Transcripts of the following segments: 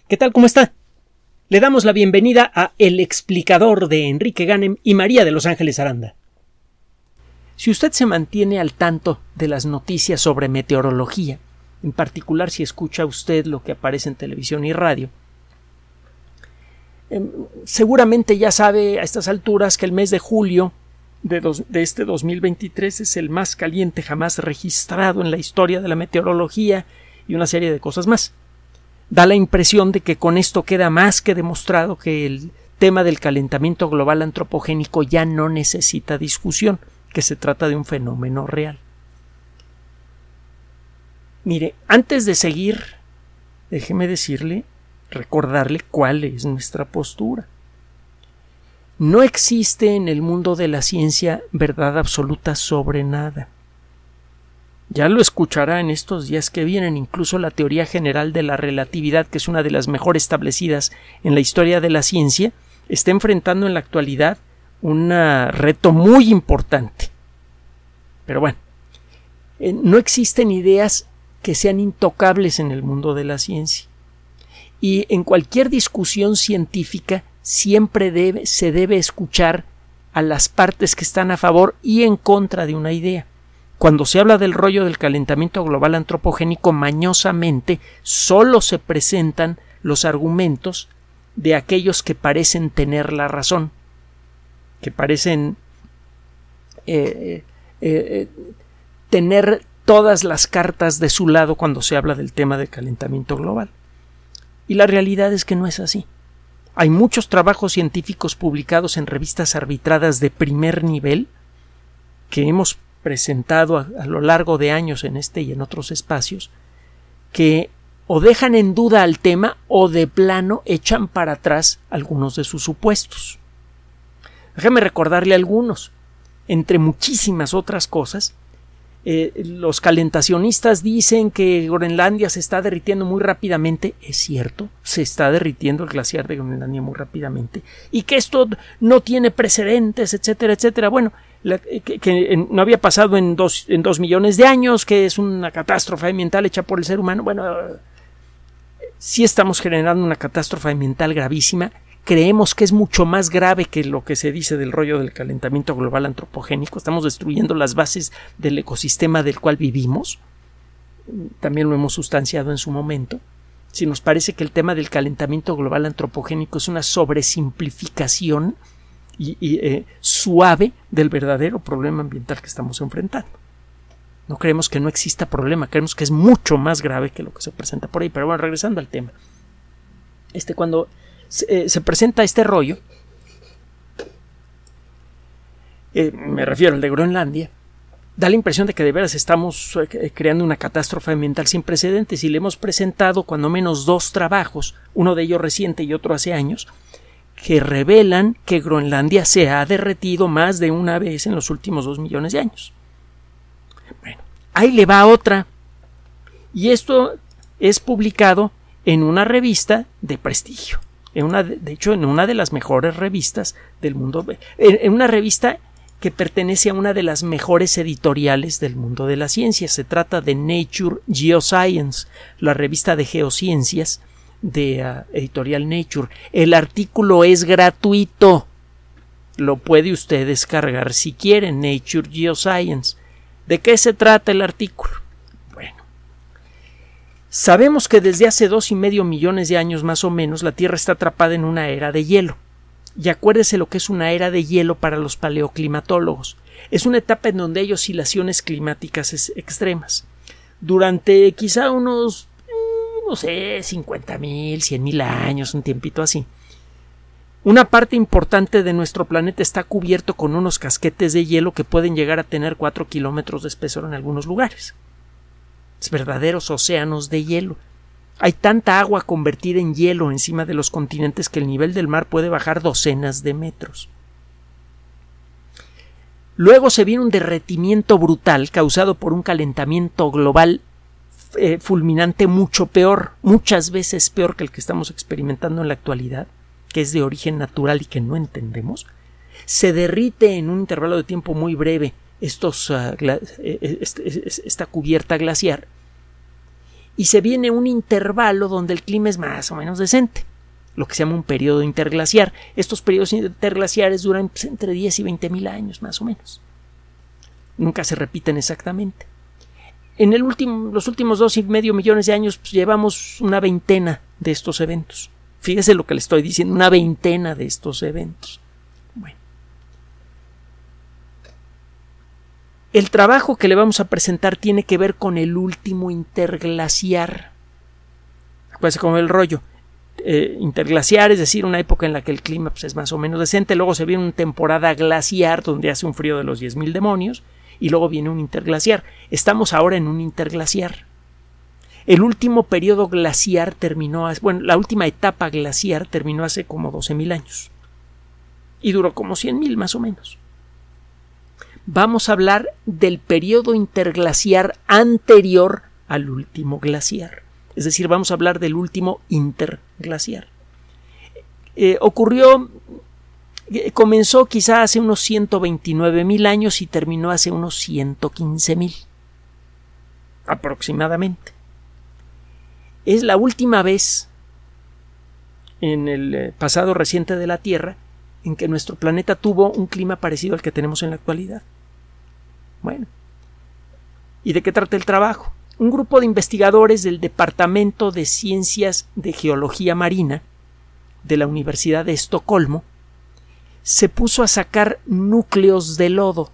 ¿Qué tal? ¿Cómo está? Le damos la bienvenida a El Explicador de Enrique Ganem y María de Los Ángeles Aranda. Si usted se mantiene al tanto de las noticias sobre meteorología, en particular si escucha usted lo que aparece en televisión y radio, seguramente ya sabe a estas alturas que el mes de julio de este 2023 es el más caliente jamás registrado en la historia de la meteorología y una serie de cosas más. Da la impresión de que con esto queda más que demostrado que el tema del calentamiento global antropogénico ya no necesita discusión, que se trata de un fenómeno real. Mire, antes de seguir, déjeme recordarle cuál es nuestra postura. No existe en el mundo de la ciencia verdad absoluta sobre nada. Ya lo escuchará en estos días que vienen, incluso la teoría general de la relatividad, que es una de las mejor establecidas en la historia de la ciencia, está enfrentando en la actualidad un reto muy importante. Pero bueno, no existen ideas que sean intocables en el mundo de la ciencia. Y en cualquier discusión científica siempre se debe escuchar a las partes que están a favor y en contra de una idea. Cuando se habla del rollo del calentamiento global antropogénico, mañosamente solo se presentan los argumentos de aquellos que parecen tener la razón, que parecen tener todas las cartas de su lado cuando se habla del tema del calentamiento global. Y la realidad es que no es así. Hay muchos trabajos científicos publicados en revistas arbitradas de primer nivel que hemos presentado a lo largo de años en este y en otros espacios, que o dejan en duda al tema o de plano echan para atrás algunos de sus supuestos. Déjame recordarle algunos. Entre muchísimas otras cosas, los calentacionistas dicen que Groenlandia se está derritiendo muy rápidamente. Es cierto, se está derritiendo el glaciar de Groenlandia muy rápidamente y que esto no tiene precedentes, etcétera, etcétera. Bueno, que no había pasado en 2 millones de años, que es una catástrofe ambiental hecha por el ser humano. Bueno, sí estamos generando una catástrofe ambiental gravísima. Creemos que es mucho más grave que lo que se dice del rollo del calentamiento global antropogénico. Estamos destruyendo las bases del ecosistema del cual vivimos. También lo hemos sustanciado en su momento. Si nos parece que el tema del calentamiento global antropogénico es una sobresimplificación y suave del verdadero problema ambiental que estamos enfrentando. No creemos que no exista problema, creemos que es mucho más grave que lo que se presenta por ahí. Pero bueno, regresando al tema. Cuando se presenta este rollo, me refiero al de Groenlandia, da la impresión de que de veras estamos creando una catástrofe ambiental sin precedentes, y le hemos presentado cuando menos 2 trabajos, uno de ellos reciente y otro hace años, que revelan que Groenlandia se ha derretido más de una vez en los últimos 2 millones de años. Bueno, ahí le va otra. Y esto es publicado en una revista de prestigio. De hecho, en una de las mejores revistas del mundo. En una revista que pertenece a una de las mejores editoriales del mundo de la ciencia. Se trata de Nature Geoscience, la revista de geociencias de editorial Nature. El artículo es gratuito. Lo puede usted descargar si quiere, Nature Geoscience. ¿De qué se trata el artículo? Bueno, sabemos que desde hace 2,5 millones de años más o menos la Tierra está atrapada en una era de hielo. Y acuérdese lo que es una era de hielo para los paleoclimatólogos. Es una etapa en donde hay oscilaciones climáticas extremas. Durante quizá unos 50,000, 100,000 años, un tiempito así. Una parte importante de nuestro planeta está cubierto con unos casquetes de hielo que pueden llegar a tener 4 kilómetros de espesor en algunos lugares. Es verdaderos océanos de hielo. Hay tanta agua convertida en hielo encima de los continentes que el nivel del mar puede bajar docenas de metros. Luego se viene un derretimiento brutal causado por un calentamiento global fulminante mucho peor, muchas veces peor que el que estamos experimentando en la actualidad, que es de origen natural y que no entendemos. Se derrite en un intervalo de tiempo muy breve esta cubierta glaciar, y se viene un intervalo donde el clima es más o menos decente, lo que se llama un periodo interglaciar. Estos periodos interglaciares duran entre 10 y 20.000 años más o menos. Nunca se repiten exactamente. En los últimos 2,5 millones de años llevamos una veintena de estos eventos. Fíjese lo que le estoy diciendo, una veintena de estos eventos. Bueno. El trabajo que le vamos a presentar tiene que ver con el último interglaciar. Acuérdense como el rollo. Interglaciar, es decir, una época en la que el clima es más o menos decente, luego se viene una temporada glaciar donde hace un frío de los 10.000 demonios y luego viene un interglaciar. Estamos ahora en un interglaciar. El último periodo glaciar terminó, la última etapa glaciar terminó hace como 12.000 años y duró como 100.000 más o menos. Vamos a hablar del periodo interglaciar anterior al último glaciar. Es decir, vamos a hablar del último interglaciar. Comenzó quizá hace unos 129.000 años y terminó hace unos 115.000 aproximadamente. Es la última vez en el pasado reciente de la Tierra en que nuestro planeta tuvo un clima parecido al que tenemos en la actualidad. Bueno, ¿y de qué trata el trabajo? Un grupo de investigadores del Departamento de Ciencias de Geología Marina de la Universidad de Estocolmo se puso a sacar núcleos de lodo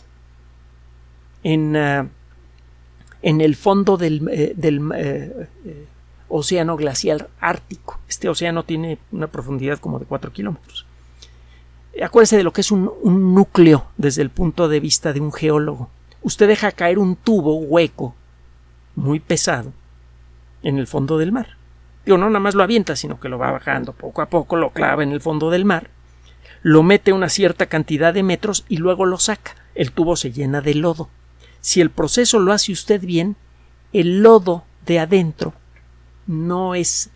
en el fondo del océano glacial ártico. Este océano tiene una profundidad como de 4 kilómetros. Acuérdese de lo que es un núcleo desde el punto de vista de un geólogo. Usted deja caer un tubo hueco muy pesado en el fondo del mar. No nada más lo avienta, sino que lo va bajando poco a poco, lo clava en el fondo del mar, lo mete una cierta cantidad de metros y luego lo saca. El tubo se llena de lodo. Si el proceso lo hace usted bien, el lodo de adentro no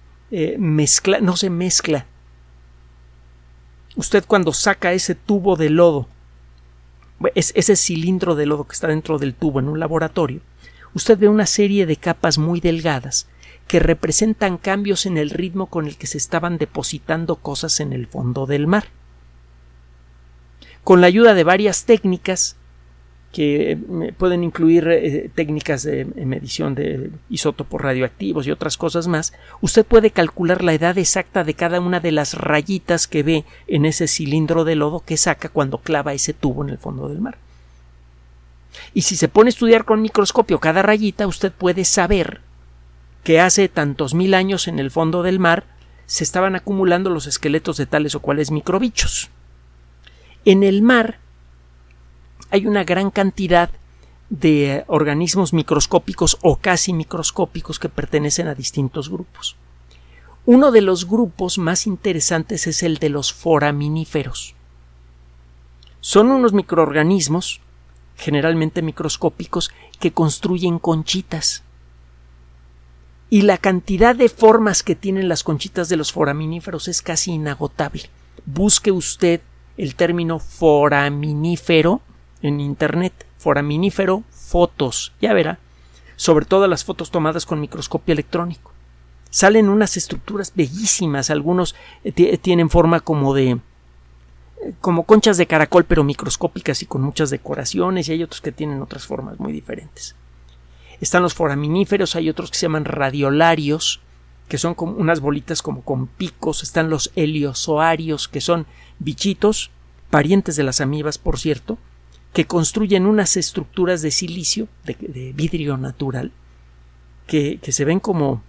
se mezcla. Usted cuando saca ese tubo de lodo, ese cilindro de lodo que está dentro del tubo en un laboratorio, usted ve una serie de capas muy delgadas que representan cambios en el ritmo con el que se estaban depositando cosas en el fondo del mar. Con la ayuda de varias técnicas que pueden incluir técnicas de medición de isótopos radioactivos y otras cosas más, usted puede calcular la edad exacta de cada una de las rayitas que ve en ese cilindro de lodo que saca cuando clava ese tubo en el fondo del mar. Y si se pone a estudiar con microscopio cada rayita, usted puede saber que hace tantos mil años en el fondo del mar se estaban acumulando los esqueletos de tales o cuales microbichos. En el mar hay una gran cantidad de organismos microscópicos o casi microscópicos que pertenecen a distintos grupos. Uno de los grupos más interesantes es el de los foraminíferos. Son unos microorganismos, generalmente microscópicos, que construyen conchitas. Y la cantidad de formas que tienen las conchitas de los foraminíferos es casi inagotable. Busque usted el término foraminífero en internet, foraminífero, fotos, ya verá, sobre todo las fotos tomadas con microscopio electrónico. Salen unas estructuras bellísimas, algunos tienen forma como conchas de caracol, pero microscópicas y con muchas decoraciones, y hay otros que tienen otras formas muy diferentes. Están los foraminíferos, hay otros que se llaman radiolarios, que son como unas bolitas como con picos. Están los heliozoarios, que son bichitos, parientes de las amibas, por cierto, que construyen unas estructuras de silicio, de vidrio natural, que se ven como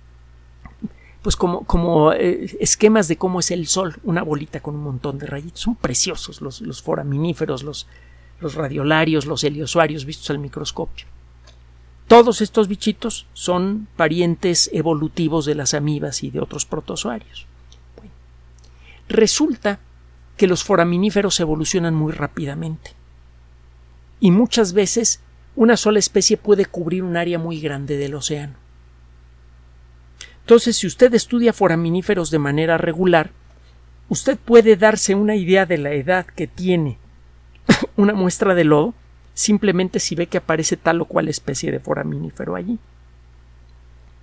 esquemas de cómo es el sol, una bolita con un montón de rayitos. Son preciosos los foraminíferos, los radiolarios, los heliozoarios vistos al microscopio. Todos estos bichitos son parientes evolutivos de las amibas y de otros protozoarios. Bueno, resulta que los foraminíferos evolucionan muy rápidamente y muchas veces una sola especie puede cubrir un área muy grande del océano. Entonces, si usted estudia foraminíferos de manera regular, usted puede darse una idea de la edad que tiene una muestra de lodo simplemente si ve que aparece tal o cual especie de foraminífero allí.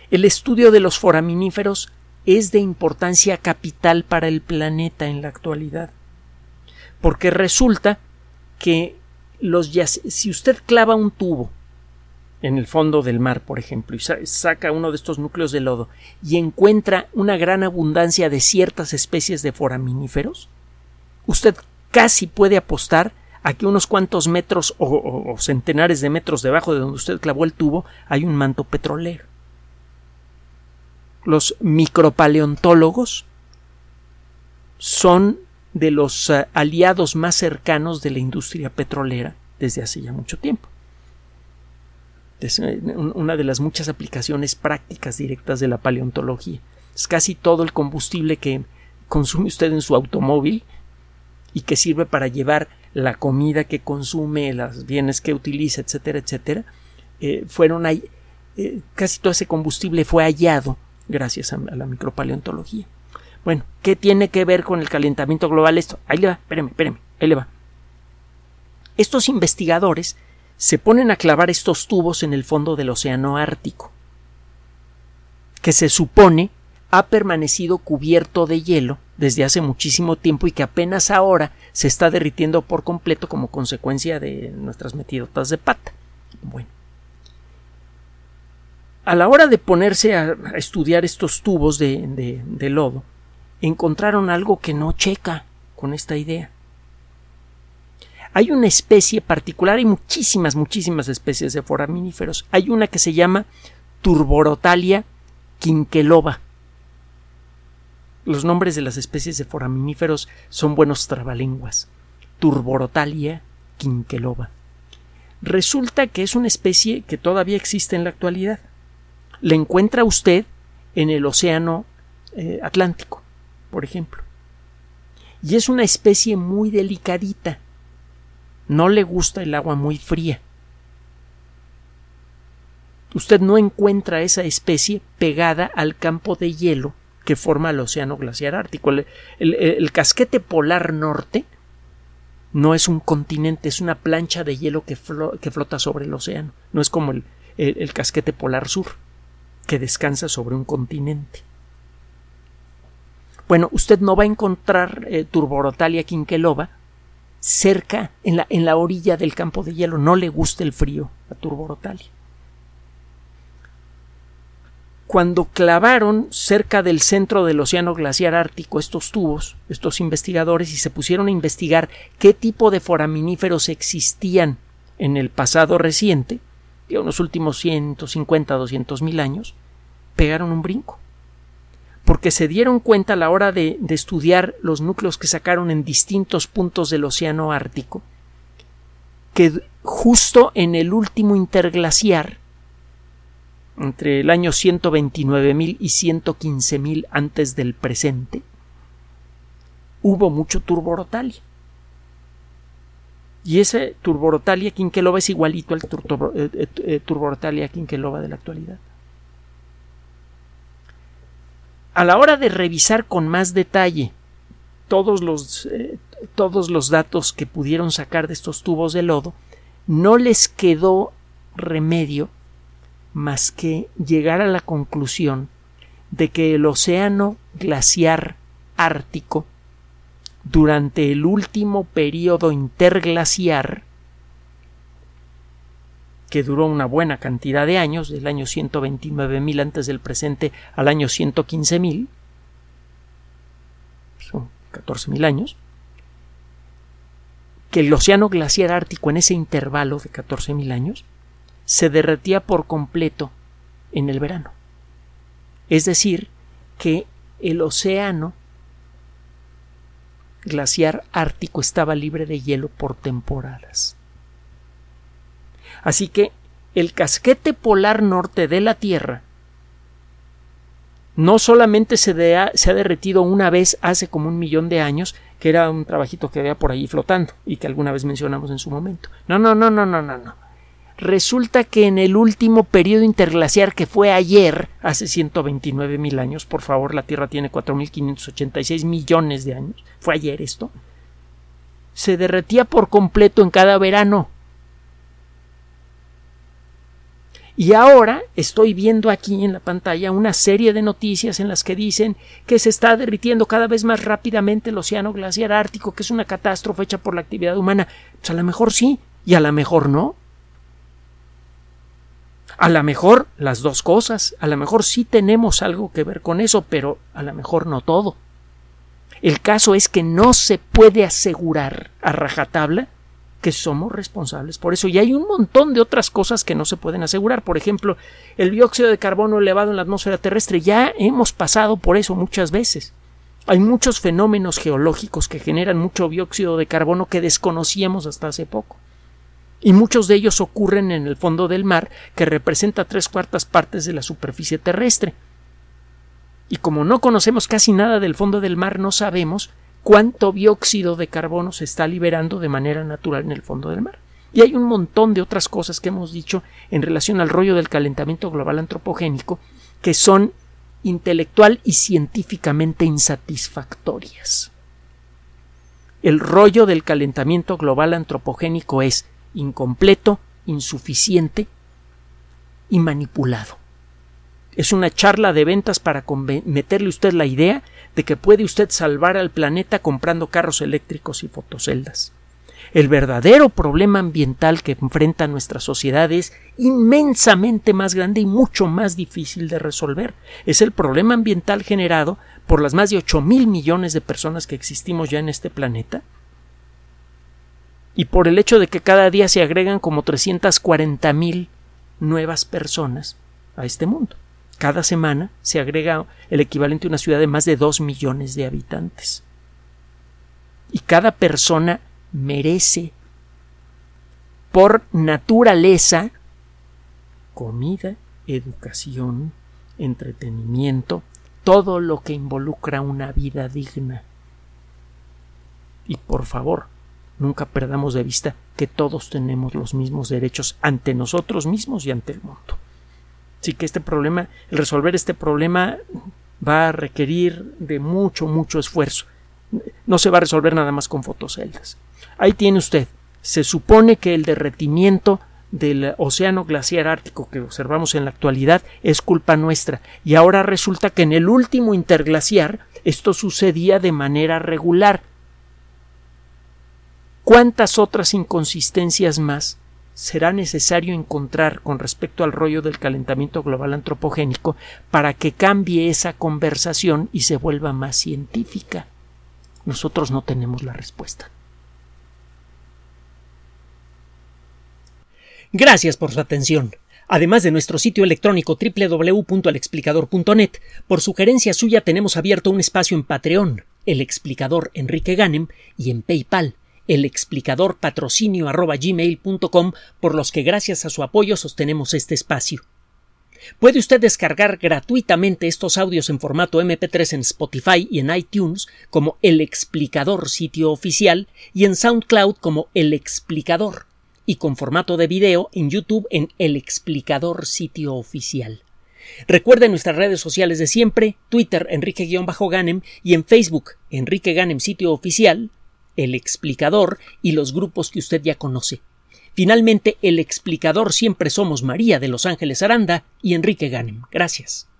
El estudio de los foraminíferos es de importancia capital para el planeta en la actualidad, porque resulta que si usted clava un tubo en el fondo del mar, por ejemplo, y saca uno de estos núcleos de lodo y encuentra una gran abundancia de ciertas especies de foraminíferos, usted casi puede apostar a que unos cuantos metros o centenares de metros debajo de donde usted clavó el tubo hay un manto petrolero. Los micropaleontólogos son de los aliados más cercanos de la industria petrolera desde hace ya mucho tiempo. Es una de las muchas aplicaciones prácticas directas de la paleontología. Es casi todo el combustible que consume usted en su automóvil y que sirve para llevar la comida que consume, los bienes que utiliza, etcétera, etcétera. Casi todo ese combustible fue hallado gracias a la micropaleontología. Bueno, ¿qué tiene que ver con el calentamiento global esto? Ahí le va, espéreme, ahí le va. Estos investigadores se ponen a clavar estos tubos en el fondo del océano Ártico, que se supone ha permanecido cubierto de hielo desde hace muchísimo tiempo y que apenas ahora se está derritiendo por completo como consecuencia de nuestras metidotas de pata. Bueno, a la hora de ponerse a estudiar estos tubos de lodo, encontraron algo que no checa con esta idea. Hay una especie particular, hay muchísimas especies de foraminíferos. Hay una que se llama Turborotalia quinqueloba. Los nombres de las especies de foraminíferos son buenos trabalenguas. Turborotalia quinqueloba. Resulta que es una especie que todavía existe en la actualidad. La encuentra usted en el océano Atlántico, por ejemplo. Y es una especie muy delicadita. No le gusta el agua muy fría. Usted no encuentra esa especie pegada al campo de hielo que forma el océano glaciar ártico. El casquete polar norte no es un continente, es una plancha de hielo que flota sobre el océano. No es como el casquete polar sur, que descansa sobre un continente. Bueno, usted no va a encontrar Turborotalia quinqueloba cerca, en la orilla del campo de hielo. No le gusta el frío a Turborotalia. Cuando clavaron cerca del centro del océano glaciar ártico estos tubos, estos investigadores, y se pusieron a investigar qué tipo de foraminíferos existían en el pasado reciente, en los últimos 150, 200 mil años, pegaron un brinco. Porque se dieron cuenta a la hora de estudiar los núcleos que sacaron en distintos puntos del océano Ártico que justo en el último interglaciar, entre el año 129.000 y 115.000 antes del presente, hubo mucho Turborotalia. Y ese Turborotalia quinqueloba es igualito al Turborotalia quinqueloba de la actualidad. A la hora de revisar con más detalle todos los datos que pudieron sacar de estos tubos de lodo, no les quedó remedio más que llegar a la conclusión de que el océano glaciar ártico, durante el último período interglaciar, que duró una buena cantidad de años, del año 129.000 antes del presente al año 115.000, son 14.000 años, que el océano glaciar ártico en ese intervalo de 14.000 años se derretía por completo en el verano. Es decir, que el océano glaciar ártico estaba libre de hielo por temporadas. Así que el casquete polar norte de la Tierra no solamente se ha derretido una vez hace como 1 millón de años, que era un trabajito que había por ahí flotando y que alguna vez mencionamos en su momento. No. Resulta que en el último periodo interglaciar, que fue ayer, hace 129.000 años, por favor, la Tierra tiene 4.586 millones de años, fue ayer esto, se derretía por completo en cada verano. Y ahora estoy viendo aquí en la pantalla una serie de noticias en las que dicen que se está derritiendo cada vez más rápidamente el océano glaciar ártico, que es una catástrofe hecha por la actividad humana. Pues a lo mejor sí y a lo mejor no. A lo mejor las dos cosas. A lo mejor sí tenemos algo que ver con eso, pero a lo mejor no todo. El caso es que no se puede asegurar a rajatabla que somos responsables por eso. Y hay un montón de otras cosas que no se pueden asegurar. Por ejemplo, el dióxido de carbono elevado en la atmósfera terrestre. Ya hemos pasado por eso muchas veces. Hay muchos fenómenos geológicos que generan mucho dióxido de carbono que desconocíamos hasta hace poco. Y muchos de ellos ocurren en el fondo del mar, que representa 3/4 partes de la superficie terrestre. Y como no conocemos casi nada del fondo del mar, no sabemos cuánto dióxido de carbono se está liberando de manera natural en el fondo del mar. Y hay un montón de otras cosas que hemos dicho en relación al rollo del calentamiento global antropogénico que son intelectual y científicamente insatisfactorias. El rollo del calentamiento global antropogénico es incompleto, insuficiente y manipulado. Es una charla de ventas para meterle usted la idea de que puede usted salvar al planeta comprando carros eléctricos y fotoceldas. El verdadero problema ambiental que enfrenta nuestra sociedad es inmensamente más grande y mucho más difícil de resolver. Es el problema ambiental generado por las más de 8,000 millones de personas que existimos ya en este planeta y por el hecho de que cada día se agregan como 340,000 nuevas personas a este mundo. Cada semana se agrega el equivalente a una ciudad de más de 2 millones de habitantes. Y cada persona merece, por naturaleza, comida, educación, entretenimiento, todo lo que involucra una vida digna. Y por favor, nunca perdamos de vista que todos tenemos los mismos derechos ante nosotros mismos y ante el mundo. Así que el resolver este problema va a requerir de mucho esfuerzo. No se va a resolver nada más con fotoceldas. Ahí tiene usted. Se supone que el derretimiento del océano glaciar ártico que observamos en la actualidad es culpa nuestra. Y ahora resulta que en el último interglaciar esto sucedía de manera regular. ¿Cuántas otras inconsistencias más será necesario encontrar con respecto al rollo del calentamiento global antropogénico para que cambie esa conversación y se vuelva más científica? Nosotros no tenemos la respuesta. Gracias por su atención. Además de nuestro sitio electrónico www.alexplicador.net, por sugerencia suya tenemos abierto un espacio en Patreon, El Explicador Enrique Ganem, y en PayPal, elexplicadorpatrocinio@gmail.com, por los que gracias a su apoyo sostenemos este espacio. Puede usted descargar gratuitamente estos audios en formato MP3 en Spotify y en iTunes como El Explicador sitio oficial y en SoundCloud como El Explicador, y con formato de video en YouTube en El Explicador sitio oficial. Recuerde nuestras redes sociales de siempre, Twitter Enrique-Ganem y en Facebook Enrique Ganem sitio oficial, El Explicador y los grupos que usted ya conoce. Finalmente, El Explicador siempre somos María de Los Ángeles Aranda y Enrique Ganem. Gracias.